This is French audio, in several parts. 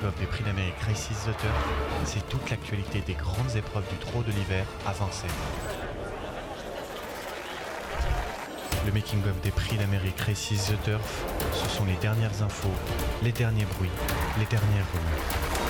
making-of des prix d'Amérique Races The Turf, c'est toute l'actualité des grandes épreuves du trot de l'hiver à Vincennes. Le making-of des prix d'Amérique Races The Turf, ce sont les dernières infos, les derniers bruits, les dernières rumeurs.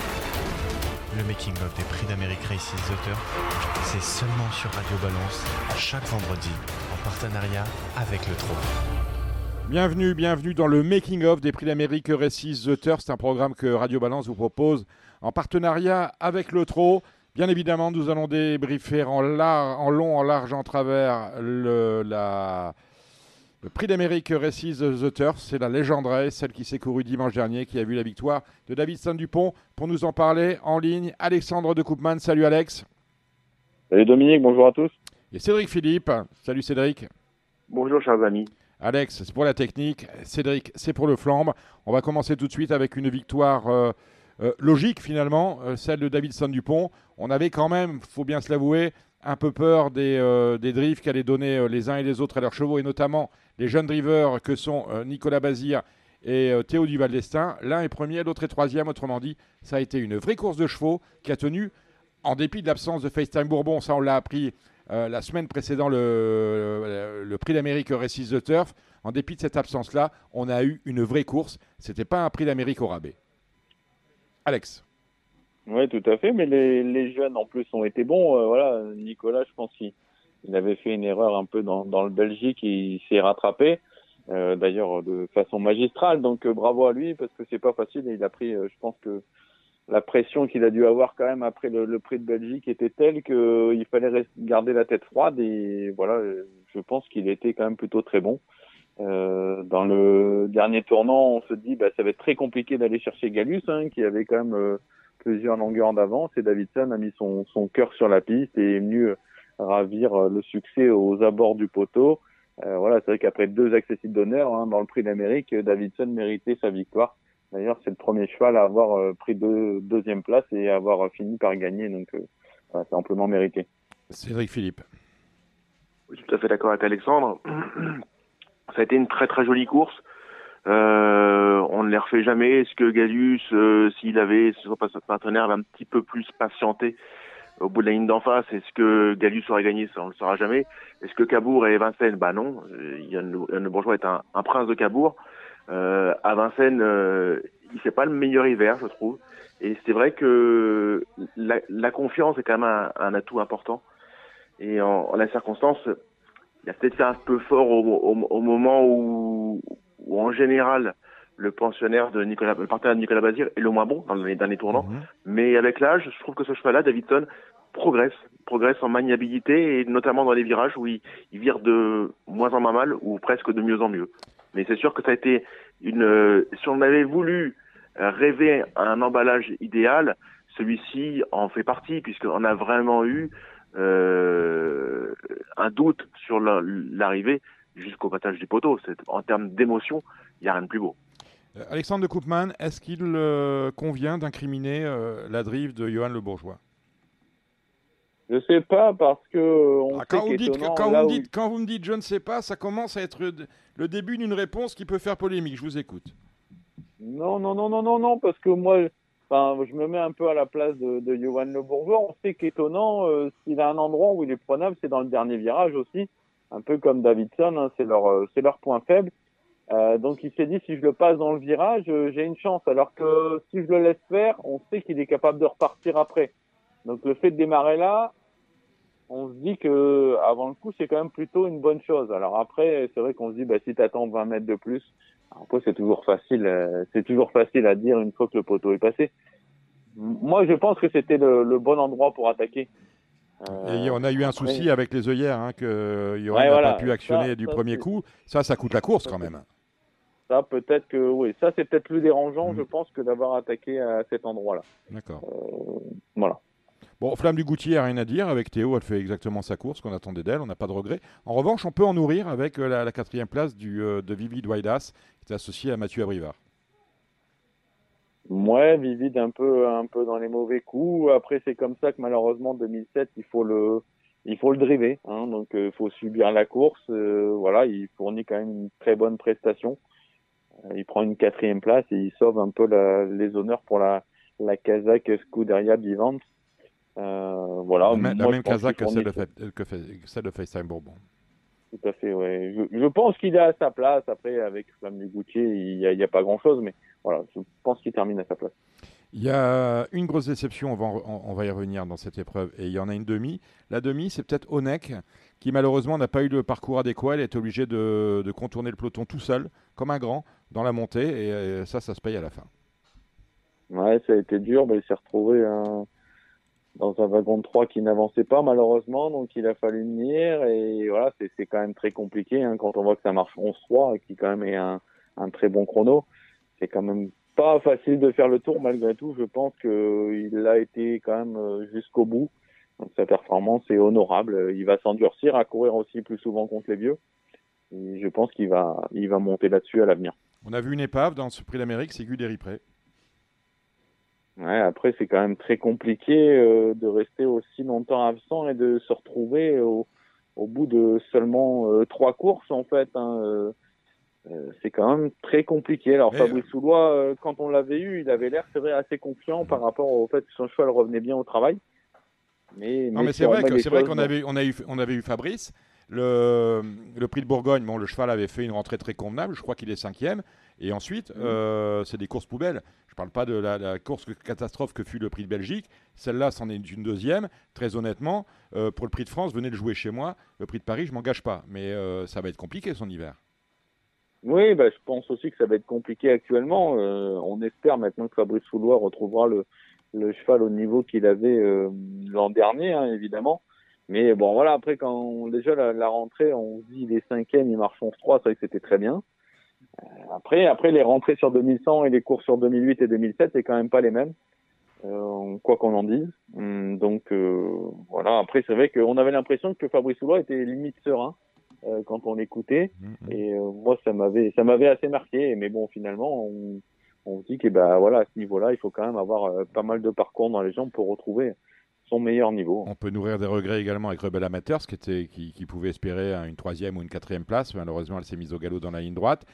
Le making-of des prix d'Amérique Races The Turf, c'est seulement sur Radio Balance, chaque vendredi, en partenariat avec le trot. Bienvenue dans le Making of des Prix d'Amérique Races The Turf. C'est un programme que Radio Balance vous propose en partenariat avec le trot. Bien évidemment, nous allons débriefer en long, en large, en travers le Prix d'Amérique Races The Turf. C'est la légende race, celle qui s'est courue dimanche dernier, qui a vu la victoire de Davidson Dupont. Pour nous en parler en ligne, Alexandre de Koopman. Salut Alex. Salut Dominique, bonjour à tous. Et Cédric Philippe. Salut Cédric. Bonjour chers amis. Alex, c'est pour la technique. Cédric, c'est pour le flambe. On va commencer tout de suite avec une victoire logique finalement, celle de Davidson Dupont. On avait quand même, il faut bien se l'avouer, un peu peur des drifts qu'allaient donner les uns et les autres à leurs chevaux, et notamment les jeunes drivers que sont Nicolas Bazir et Théo Duval d'Estaing. L'un est premier, l'autre est troisième. Autrement dit, ça a été une vraie course de chevaux qui a tenu, en dépit de l'absence de FaceTime Bourbon. Ça, on l'a appris la semaine précédant le Prix d'Amérique Races The Turf. En dépit de cette absence-là, on a eu une vraie course. C'était pas un Prix d'Amérique au rabais. Alex. Oui, tout à fait, mais les jeunes en plus ont été bons. Voilà, Nicolas, je pense qu'il avait fait une erreur un peu dans le Belgique et il s'est rattrapé, d'ailleurs de façon magistrale. Donc bravo à lui parce que c'est pas facile et il a pris, je pense que la pression qu'il a dû avoir quand même après le Prix de Belgique était telle qu'il fallait garder la tête froide et voilà, je pense qu'il était quand même plutôt très bon. Dans le dernier tournant, on se dit ça va être très compliqué d'aller chercher Gallus, qui avait quand même plusieurs longueurs d'avance, et Davidson a mis son cœur sur la piste et est venu ravir le succès aux abords du poteau. Voilà, c'est vrai qu'après 2 accessibles d'honneur dans le Prix d'Amérique, Davidson méritait sa victoire. D'ailleurs, c'est le premier cheval à avoir pris deuxième place et à avoir fini par gagner, donc voilà, c'est amplement mérité. Cédric Philippe. Je suis tout à fait d'accord avec Alexandre. Ça a été une très très jolie course. On ne les refait jamais. Est-ce que Gallus, si son partenaire avait un petit peu plus patienté au bout de la ligne d'en face, est-ce que Gallus aurait gagné? Ça, on ne le saura jamais. Est-ce que Cabourg et Vincennes? Non. Yann Le Bourgeois est un prince de Cabourg. À Vincennes, il fait pas le meilleur hiver, je trouve. Et c'est vrai que la confiance est quand même un atout important. Et en la circonstance, il a peut-être fait un peu fort au moment où en général le partenaire de Nicolas Bazir est le moins bon dans les derniers tournants. Mais avec l'âge, je trouve que ce cheval-là, Davidson, progresse en maniabilité et notamment dans les virages où il vire de moins en moins mal ou presque de mieux en mieux. Mais c'est sûr que ça a été si on avait voulu rêver à un emballage idéal, celui-ci en fait partie puisqu'on a vraiment eu un doute sur l'arrivée jusqu'au battage du poteau. En termes d'émotion, il n'y a rien de plus beau. Alexandre de Koopman, est-ce qu'il convient d'incriminer la drive de Johan Le Bourgeois? Je sais pas parce que quand vous me dites je ne sais pas, ça commence à être le début d'une réponse qui peut faire polémique. Je vous écoute. Non, parce que moi, je me mets un peu à la place de Johan Le Bourgeois. On sait qu'étonnant, s'il a un endroit où il est prenable, c'est dans le dernier virage aussi. Un peu comme Davidson, c'est leur point faible. Donc il s'est dit, si je le passe dans le virage, j'ai une chance. Alors que si je le laisse faire, on sait qu'il est capable de repartir après. Donc le fait de démarrer là, on se dit que avant le coup, c'est quand même plutôt une bonne chose. Alors après, c'est vrai qu'on se dit, si t'attends 20 mètres de plus, après c'est toujours facile à dire une fois que le poteau est passé. Moi, je pense que c'était le bon endroit pour attaquer. Et on a eu un souci avec les œillères, que Johan n'a pas pu actionner du premier coup. Ça coûte la course quand même. Ça, peut-être que oui. Ça, c'est peut-être plus dérangeant, je pense, que d'avoir attaqué à cet endroit-là. D'accord. Voilà. Bon, Flamme du Goutier, rien à dire. Avec Théo, elle fait exactement sa course qu'on attendait d'elle. On n'a pas de regret. En revanche, on peut en nourrir avec la 4e place de Vivi Douaidas, qui est associée à Mathieu Abrivard. Ouais, Vivid un peu dans les mauvais coups. Après, c'est comme ça que malheureusement 2007, il faut le driver. Donc, il faut subir la course. Voilà, il fournit quand même une très bonne prestation. Il prend une 4e place et il sauve un peu les honneurs pour la la Kazakh Scuderia Bivante. Voilà. La Moi, même je pense Kazakh qu'il que fournit- celle de FaceTime Bourbon. Tout à fait, ouais. Je pense qu'il est à sa place. Après, avec Flamme du Goutier, il y a pas grand-chose, mais voilà, je pense qu'il termine à sa place. Il y a une grosse déception, on va y revenir dans cette épreuve, et il y en a une demi. La demi, c'est peut-être Onek, qui malheureusement n'a pas eu le parcours adéquat. Elle est obligée de contourner le peloton tout seul, comme un grand, dans la montée, et ça se paye à la fin. Ouais, ça a été dur, mais il s'est retrouvé dans un wagon de 3 qui n'avançait pas, malheureusement, donc il a fallu venir, et voilà, c'est quand même très compliqué, hein, quand on voit que ça marche 11-3, qui quand même est un très bon chrono. C'est quand même pas facile de faire le tour, malgré tout. Je pense qu'il a été quand même jusqu'au bout. Donc sa performance est honorable. Il va s'endurcir à courir aussi plus souvent contre les vieux. Et je pense qu'il va monter là-dessus à l'avenir. On a vu une épave dans ce Prix d'Amérique, c'est Guy-Déripré. Ouais, après, c'est quand même très compliqué de rester aussi longtemps absent et de se retrouver au bout de seulement 3 courses, en fait. Hein, c'est quand même très compliqué. Alors, Fabrice Soulois, quand on l'avait eu, il avait l'air, c'est vrai, assez confiant par rapport au fait que son cheval revenait bien au travail. Mais c'est vrai qu'on avait eu Fabrice. Le prix de Bourgogne, le cheval avait fait une rentrée très convenable. Je crois qu'il est 5e. Et ensuite, c'est des courses poubelles. Je ne parle pas de la course catastrophe que fut le prix de Belgique. Celle-là, c'en est une deuxième. Très honnêtement, pour le prix de France, venez le jouer chez moi. Le prix de Paris, je ne m'engage pas. Mais ça va être compliqué son hiver. Oui, je pense aussi que ça va être compliqué actuellement. On espère maintenant que Fabrice Soulois retrouvera le cheval au niveau qu'il avait l'an dernier, hein, évidemment. Mais bon, voilà, après, quand déjà la rentrée, on se dit il est 5e, il marche 11-3, c'est vrai que c'était très bien. Après, les rentrées sur 2100 et les courses sur 2008 et 2007, c'est quand même pas les mêmes, quoi qu'on en dise. Donc, voilà, après, c'est vrai qu'on avait l'impression que Fabrice Soulois était limite serein quand on l'écoutait. Et moi, ça m'avait assez marqué. Mais bon, finalement, on se dit que voilà, à ce niveau-là, il faut quand même avoir pas mal de parcours dans les jambes pour retrouver son meilleur niveau. On peut nourrir des regrets également avec Rebel Amateurs, qui pouvait espérer une 3e ou une 4e place. Malheureusement, elle s'est mise au galop dans la ligne droite.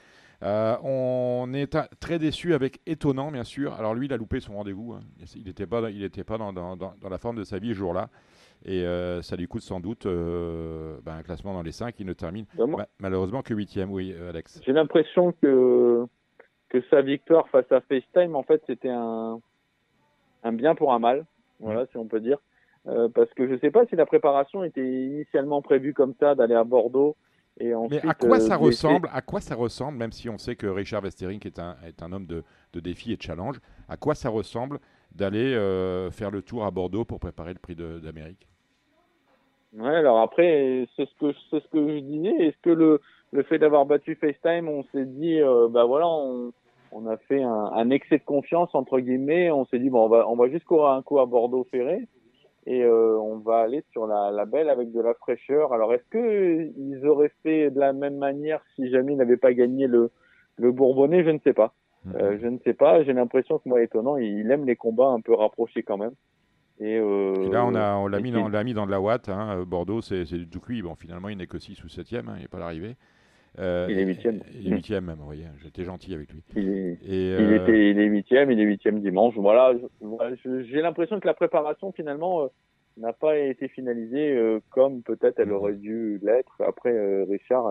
On est très déçu avec Étonnant, bien sûr. Alors lui, il a loupé son rendez-vous. Hein. Il n'était pas dans la forme de sa vie ce jour-là. Et ça lui coûte sans doute un classement dans les 5. Il ne termine malheureusement que 8e. Oui, Alex. J'ai l'impression que sa victoire face à FaceTime, en fait, c'était un bien pour un mal. Voilà, si on peut dire. Parce que je ne sais pas si la préparation était initialement prévue comme ça, d'aller à Bordeaux. Et ensuite, mais à quoi ça ressemble ? À quoi ça ressemble, même si on sait que Richard Westering est un homme de défi et de challenge, à quoi ça ressemble d'aller faire le tour à Bordeaux pour préparer le Prix d'Amérique ? Ouais, alors après, c'est ce que je disais. Est-ce que le fait d'avoir battu FaceTime, on s'est dit, voilà, on a fait un excès de confiance entre guillemets. On s'est dit bon, on va juste courir un coup à Bordeaux-Ferré et on va aller sur la belle avec de la fraîcheur. Alors est-ce que ils auraient fait de la même manière si jamais ils n'avaient pas gagné le Bourbonnais? Je ne sais pas. Je ne sais pas. J'ai l'impression que moi, Étonnant, il aime les combats un peu rapprochés quand même. Et là, on l'a mis dans de la ouate. Hein. Bordeaux, c'est du tout cuit. Bon, finalement, il n'est que 6 ou 7e. Hein, il n'est pas l'arrivée. Il est 8e. Il est 8e même, oui. J'étais gentil avec lui. Il est 8e, il est 8e dimanche. Voilà, j'ai l'impression que la préparation, finalement, n'a pas été finalisée comme peut-être elle aurait dû l'être. Après, Richard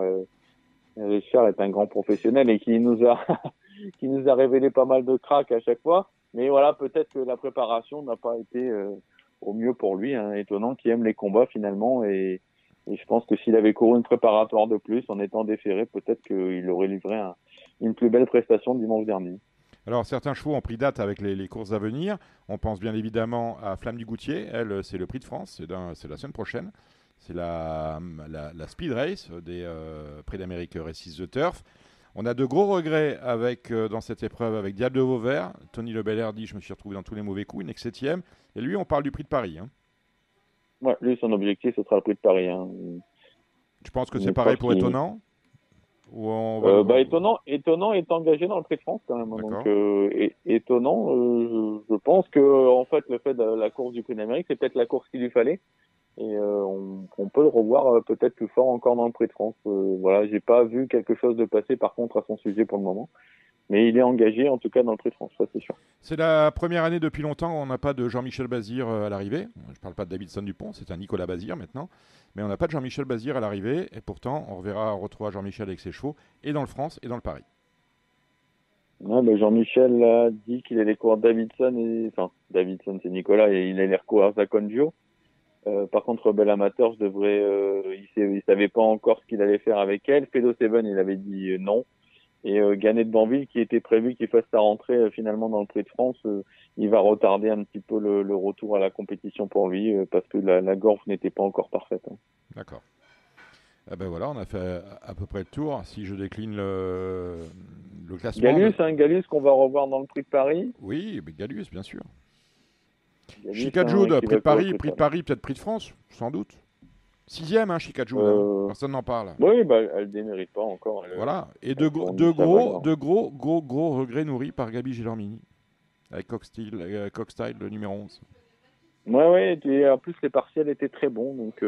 est un grand professionnel et qui nous a révélé pas mal de cracks à chaque fois. Mais voilà, peut-être que la préparation n'a pas été au mieux pour lui. Hein. Étonnant qui aime les combats finalement. Et je pense que s'il avait couru une préparatoire de plus en étant déféré, peut-être qu'il aurait livré une plus belle prestation dimanche dernier. Alors, certains chevaux ont pris date avec les courses à venir. On pense bien évidemment à Flamme du Goutier. Elle, c'est le Prix de France. C'est la semaine prochaine. C'est la Speed Race des Prix d'Amérique Races The Turf. On a de gros regrets dans cette épreuve avec Diable de Vauvert. Tony Lebelair dit « Je me suis retrouvé dans tous les mauvais coups. Il n'est que 7e. » Et lui, on parle du Prix de Paris. Hein. Ouais, lui, son objectif, ce sera le Prix de Paris. Hein. Tu penses que c'est pareil pour Étonnant Étonnant est engagé dans le Prix de France quand même. Donc, Étonnant, je pense que en fait, le fait de la course du Prix d'Amérique, c'est peut-être la course qu'il lui fallait. Et on peut le revoir peut-être plus fort encore dans le Prix de France. Voilà, j'ai pas vu quelque chose de passer par contre à son sujet pour le moment. Mais il est engagé en tout cas dans le Prix de France, ça c'est sûr. C'est la première année depuis longtemps où on n'a pas de Jean-Michel Bazir à l'arrivée. Je ne parle pas de Davidson Dupont, c'est un Nicolas Bazir maintenant. Mais on n'a pas de Jean-Michel Bazir à l'arrivée. Et pourtant, on retrouvera Jean-Michel avec ses chevaux, et dans le France et dans le Paris. Ouais, mais Jean-Michel a dit qu'il allait courir Davidson, enfin Davidson c'est Nicolas, et il allait courir Zaconjo. Par contre, Bel Amateur, il savait pas encore ce qu'il allait faire avec elle. Fedo Seven, il avait dit non. Et Gannet de Banville, qui était prévu qu'il fasse sa rentrée finalement dans le Prix de France, il va retarder un petit peu le retour à la compétition pour lui parce que la gorge n'était pas encore parfaite. Hein. D'accord. Eh ben voilà, on a fait à peu près le tour. Si je décline le classement... Gallus qu'on va revoir dans le Prix de Paris. Oui, mais Gallus, bien sûr. Chicajoud, Prix de Paris, peut-être Prix de France, sans doute. 6e, Chicajoud, personne n'en parle. Oui, elle ne démérite pas encore. Voilà, et de gros regrets nourris par Gabi Gilormini, avec Cockstyle, le numéro 11. Ouais, et en plus les partiels étaient très bons, donc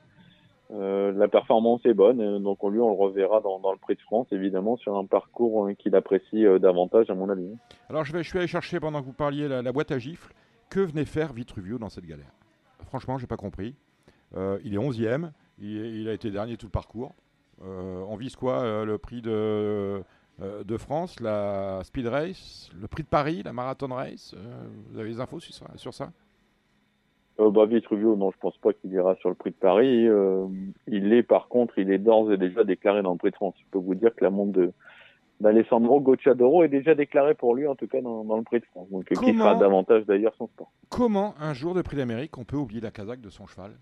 la performance est bonne, donc on le reverra dans le Prix de France, évidemment, sur un parcours qu'il apprécie davantage, à mon avis. Alors je suis allé chercher, pendant que vous parliez, la boîte à gifles. Que venait faire Vitruvio dans cette galère? Franchement, j'ai pas compris. Il est 11e, il a été dernier tout le parcours. On vise quoi? Le prix de France, la Speed Race, le prix de Paris, la Marathon Race. Vous avez des infos sur ça? Vitruvio, non, je pense pas qu'il ira sur le prix de Paris. Il est d'ores et déjà déclaré dans le Prix de France. Je peux vous dire que la montre d'Alessandro Gocciadoro est déjà déclarée pour lui, en tout cas dans le Prix de France. Donc, qui fera davantage d'ailleurs son sport. Comment, un jour de Prix d'Amérique, on peut oublier la casaque de son cheval?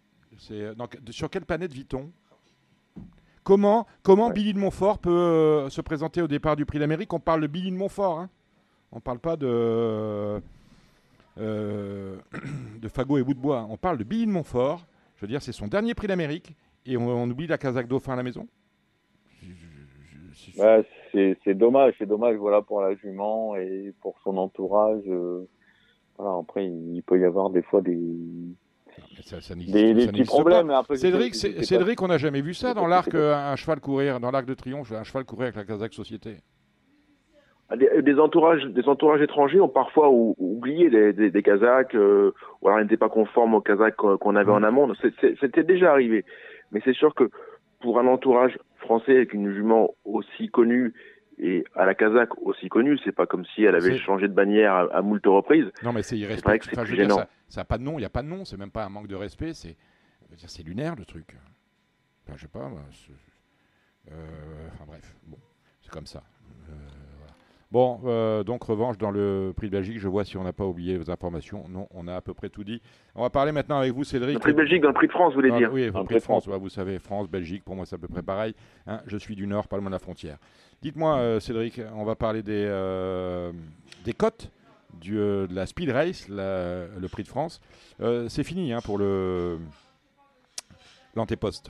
Sur quelle planète vit-on? Comment Billy de Montfort peut se présenter au départ du Prix d'Amérique? On parle de Billy de Montfort, hein. On ne parle pas de Fagot et bout de bois. On parle de Billy de Montfort. Je veux dire, c'est son dernier Prix d'Amérique et on oublie la casaque dauphin à la maison. C'est dommage, voilà, pour la jument et pour son entourage. Voilà, après, il peut y avoir des fois des petits problèmes. Après, Cédric, on n'a jamais vu ça dans l'arc, un cheval courir, dans l'arc de triomphe, un cheval courir avec la casaque Société. Des entourages étrangers ont parfois oublié des Kazakhs, ou alors ils n'étaient pas conformes aux Kazakhs qu'on avait en amont. C'était déjà arrivé. Mais c'est sûr que pour un entourage français avec une jument aussi connue et à la Kazakh aussi connue, c'est pas comme si elle avait changé de bannière à moult reprises. Non, mais c'est irrespectueux. C'est plus gênant. Ça n'a pas de nom, il n'y a pas de nom, c'est même pas un manque de respect, c'est lunaire le truc. Enfin, je sais pas, enfin bref, bon, c'est comme ça. Bon, donc revanche dans le Prix de Belgique, je vois si on n'a pas oublié vos informations. Non, on a à peu près tout dit. On va parler maintenant avec vous, Cédric. Le Prix de Belgique dans le Prix de France, vous voulez dire? Oui, le Prix de France, vous savez, France, Belgique, pour moi c'est à peu près pareil. Hein, je suis du Nord, pas loin de la frontière. Dites-moi, Cédric, on va parler des cotes de la Speed Race, le Prix de France. C'est fini pour l'antéposte.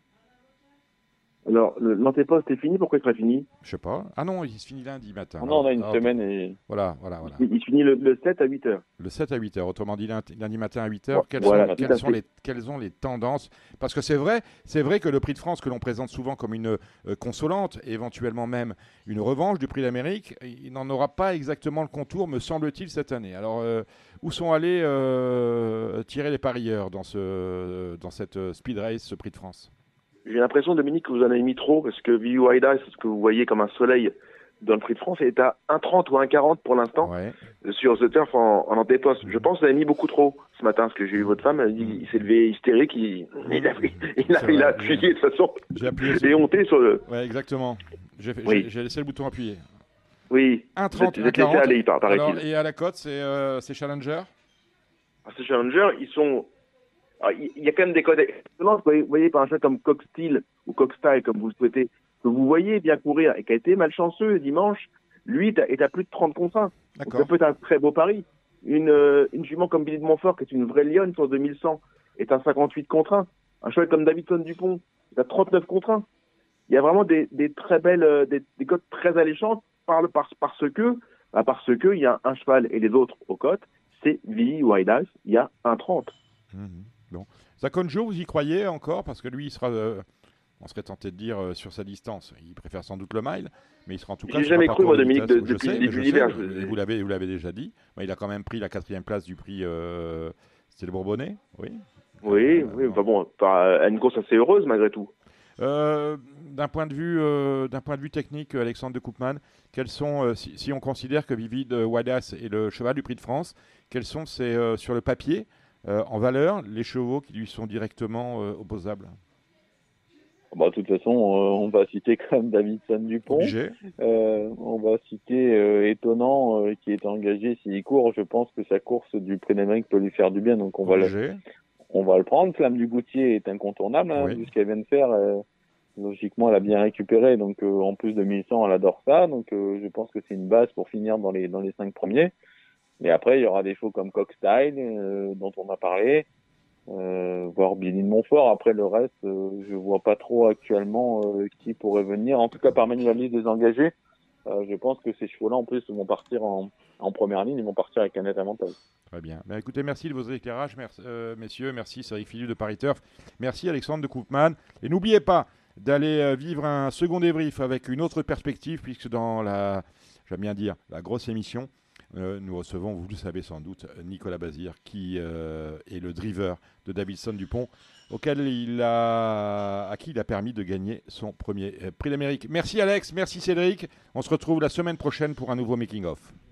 Alors, l'antéposte est fini, pourquoi il serait fini? Je sais pas. Ah non, il se finit lundi matin. Non, on a une semaine et... Voilà. Il se finit le 7 à 8h. Le 7 à 8h, autrement dit lundi matin à 8h. Quelles sont les tendances? Parce que c'est vrai que le Prix de France, que l'on présente souvent comme une consolante, éventuellement même une revanche du Prix d'Amérique, il n'en aura pas exactement le contour, me semble-t-il, cette année. Alors, où sont allés tirer les parieurs dans cette Speed Race, ce Prix de France? J'ai l'impression, Dominique, que vous en avez mis trop, parce que VUIDA, c'est ce que vous voyez comme un soleil dans le Prix de France, est à 1,30 ou 1,40 pour l'instant, sur The Turf en antéposte. Je pense que vous avez mis beaucoup trop ce matin, parce que j'ai eu votre femme, elle dit il s'est levé hystérique, il a appuyé de toute façon, déhonté sur le... Oui, exactement. J'ai laissé le bouton appuyé. Oui, 1,30, 1,40. Et à la cote, c'est Challenger. Ces Challenger, ils sont... Alors, il y a quand même des codes excellents. Vous voyez, par un cheval comme Cockstyle ou Cockstyle, comme vous le souhaitez, que vous voyez bien courir et qui a été malchanceux dimanche, lui est à plus de 30 contre 1. Donc, ça peut être un très beau pari. Une jument comme Billy de Montfort, qui est une vraie lionne sur 2100, est à 58 contre 1. Un cheval comme Davidson Dupont est à 39 contre 1. Il y a vraiment des très belles, des cotes très alléchantes parce que il y a un cheval et les autres aux cotes, c'est VUIDA, il y a 1,30. Zakonjo, vous y croyez encore? Parce que lui, il sera, on serait tenté de dire sur sa distance, il préfère sans doute le mile, mais il sera en tout cas. J'ai jamais cru, moi, Dominique, depuis le début de l'hiver. Vous l'avez déjà dit. Il a quand même pris la 4e place du prix. C'était le Bourbonnais, oui. Oui, enfin bon, une course assez heureuse malgré tout. D'un point de vue technique, Alexandre de Koopman, quels sont, si on considère que Vivid Wadas est le cheval du Prix de France, quels sont sur le papier, en valeur, les chevaux qui lui sont directement opposables? De toute façon, on va citer quand même Davidson Dupont. Obligé. On va citer Étonnant qui est engagé s'il court. Je pense que sa course du Prix d'Amérique peut lui faire du bien, donc on va le prendre. Flamme du Goutier est incontournable, vu ce qu'elle vient de faire. Logiquement, elle a bien récupéré, donc en plus de 1100, elle adore ça. Donc je pense que c'est une base pour finir dans les 5 premiers. Mais après, il y aura des chevaux comme Cockstyle, dont on a parlé. Voire Billy de Montfort. Après le reste, je vois pas trop actuellement qui pourrait venir. En tout cas, parmi la liste des engagés, je pense que ces chevaux-là, en plus, vont partir en première ligne. Ils vont partir avec un net avantage. Très bien. Écoutez, merci de vos éclairages, messieurs. Merci Cédric Filiu de Paris Turf. Merci Alexandre de Koopman. Et n'oubliez pas d'aller vivre un second débrief avec une autre perspective, puisque dans la grosse émission, nous recevons, vous le savez sans doute, Nicolas Bazir, qui est le driver de Davidson Dupont, à qui il a permis de gagner son premier Prix d'Amérique. Merci Alex, merci Cédric. On se retrouve la semaine prochaine pour un nouveau Making of.